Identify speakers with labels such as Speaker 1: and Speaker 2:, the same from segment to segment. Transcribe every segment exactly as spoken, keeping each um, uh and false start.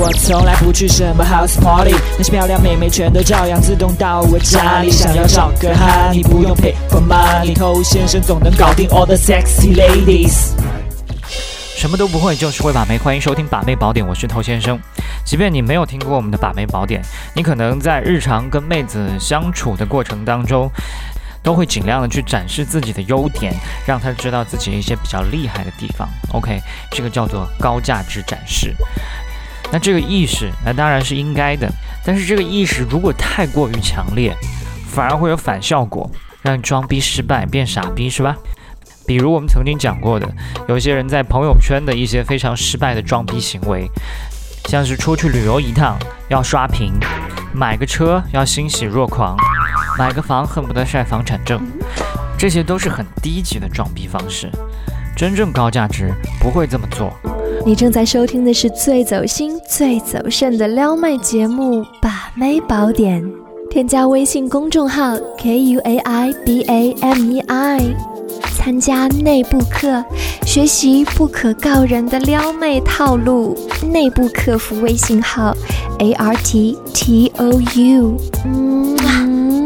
Speaker 1: 我从来不去什么 house party， 那些漂亮妹妹全都照样自动到我家里。想要找个哈，你不用 pay for money， 头先生总能搞定 all the sexy ladies。
Speaker 2: 什么都不会，就是会把妹。欢迎收听把妹宝典，我是头先生。即便你没有听过我们的把妹宝典，你可能在日常跟妹子相处的过程当中，都会尽量的去展示自己的优点，让她知道自己一些比较厉害的地方。OK， 这个叫做高价值展示。那这个意识，那当然是应该的，但是这个意识如果太过于强烈，反而会有反效果，让你装逼失败，变傻逼，是吧？比如我们曾经讲过的，有些人在朋友圈的一些非常失败的装逼行为，像是出去旅游一趟要刷屏，买个车要欣喜若狂，买个房恨不得晒房产证，这些都是很低级的装逼方式。真正高价值不会这么做。
Speaker 3: 你正在收听的是最走心、最走肾的撩妹节目《把妹宝典》，添加微信公众号 K U A I B A M E I。参加内部课，学习不可告人的撩妹套路。内部客服微信号 A R T T O U。嗯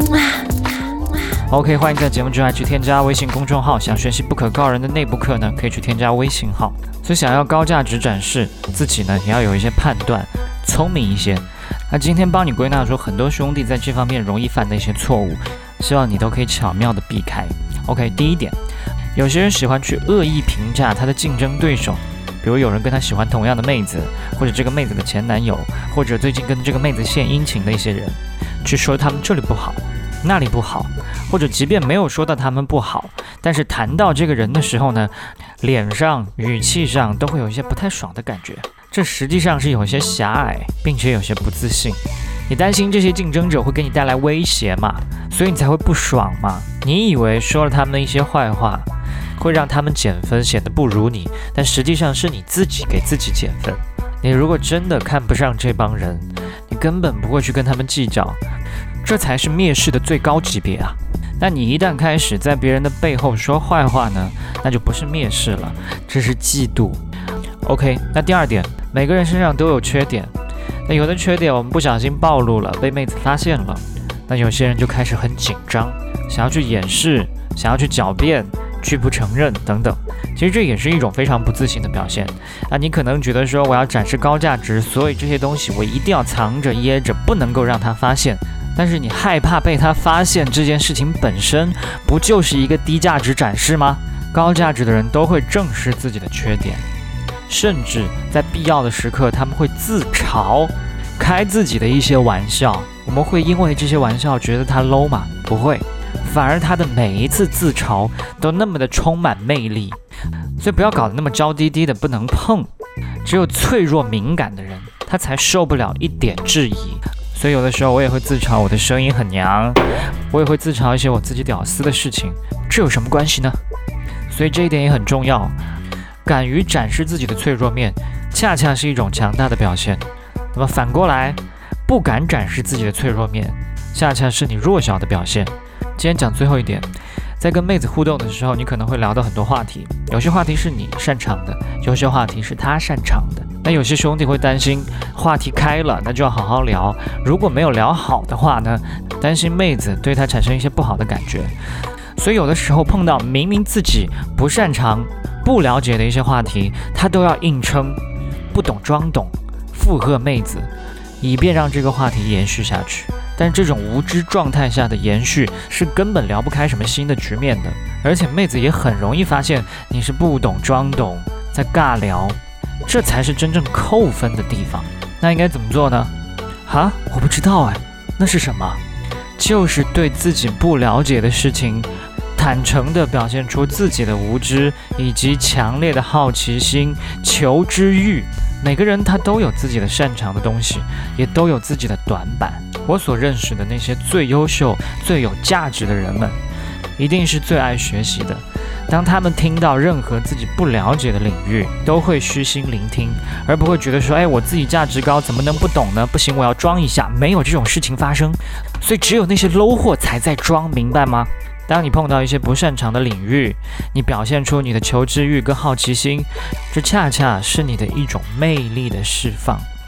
Speaker 2: OK， 欢迎在节目之外去添加微信公众号。想学习不可告人的内部课呢，可以去添加微信号。所以想要高价值展示自己呢，也要有一些判断，聪明一些。那今天帮你归纳出很多兄弟在这方面容易犯的一些错误，希望你都可以巧妙的避开。OK， 第一点，有些人喜欢去恶意评价他的竞争对手，比如有人跟他喜欢同样的妹子，或者这个妹子的前男友，或者最近跟这个妹子献殷勤的一些人，去说他们这里不好，那里不好，或者即便没有说到他们不好，但是谈到这个人的时候呢，脸上、语气上都会有一些不太爽的感觉。这实际上是有些狭隘，并且有些不自信。你担心这些竞争者会给你带来威胁嘛，所以你才会不爽嘛。你以为说了他们的一些坏话会让他们减分，显得不如你，但实际上是你自己给自己减分。你如果真的看不上这帮人，你根本不会去跟他们计较，这才是蔑视的最高级别啊。那你一旦开始在别人的背后说坏话呢，那就不是蔑视了，这是嫉妒。OK， 那第二点，每个人身上都有缺点，那有的缺点我们不小心暴露了，被妹子发现了，那有些人就开始很紧张，想要去掩饰，想要去狡辩，拒不承认等等。其实这也是一种非常不自信的表现啊！你可能觉得说我要展示高价值，所以这些东西我一定要藏着掖着，不能够让他发现。但是你害怕被他发现这件事情本身，不就是一个低价值展示吗？高价值的人都会正视自己的缺点，甚至在必要的时刻他们会自嘲，开自己的一些玩笑。我们会因为这些玩笑觉得他 low 吗？不会，反而他的每一次自嘲都那么的充满魅力。所以不要搞得那么娇滴滴的不能碰，只有脆弱敏感的人他才受不了一点质疑。所以有的时候我也会自嘲我的声音很娘，我也会自嘲一些我自己屌丝的事情，这有什么关系呢？所以这一点也很重要，敢于展示自己的脆弱面，恰恰是一种强大的表现。那么反过来，不敢展示自己的脆弱面，恰恰是你弱小的表现。今天讲最后一点，在跟妹子互动的时候，你可能会聊到很多话题，有些话题是你擅长的，有些话题是他擅长的。那有些兄弟会担心话题开了，那就要好好聊，如果没有聊好的话呢，担心妹子对他产生一些不好的感觉。所以有的时候碰到明明自己不擅长、不了解的一些话题，他都要硬撑，不懂装懂，附和妹子，以便让这个话题延续下去。但这种无知状态下的延续是根本聊不开什么新的局面的，而且妹子也很容易发现你是不懂装懂，在尬聊，这才是真正扣分的地方。那应该怎么做呢？哈，我不知道哎，那是什么？就是对自己不了解的事情坦诚地表现出自己的无知以及强烈的好奇心、求知欲。每个人他都有自己的擅长的东西，也都有自己的短板。我所认识的那些最优秀、最有价值的人们，一定是最爱学习的。当他们听到任何自己不了解的领域，都会虚心聆听，而不会觉得说，哎，我自己价值高，怎么能不懂呢？不行，我要装一下。没有这种事情发生。所以只有那些 low 货才在装，明白吗？当你碰到一些不擅长的领域，你表现出你的求知欲跟好奇心，这恰恰是你的一种魅力的释放。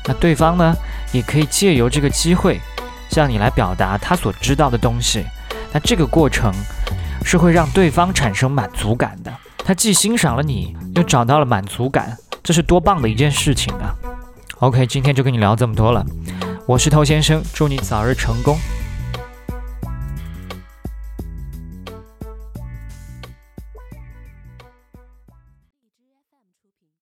Speaker 2: 那对方呢，也可以借由这个机会向你来表达他所知道的东西。那这个过程是会让对方产生满足感的，他既欣赏了你，又找到了满足感，这是多棒的一件事情啊！ OK， 今天就跟你聊这么多了，我是头先生，祝你早日成功。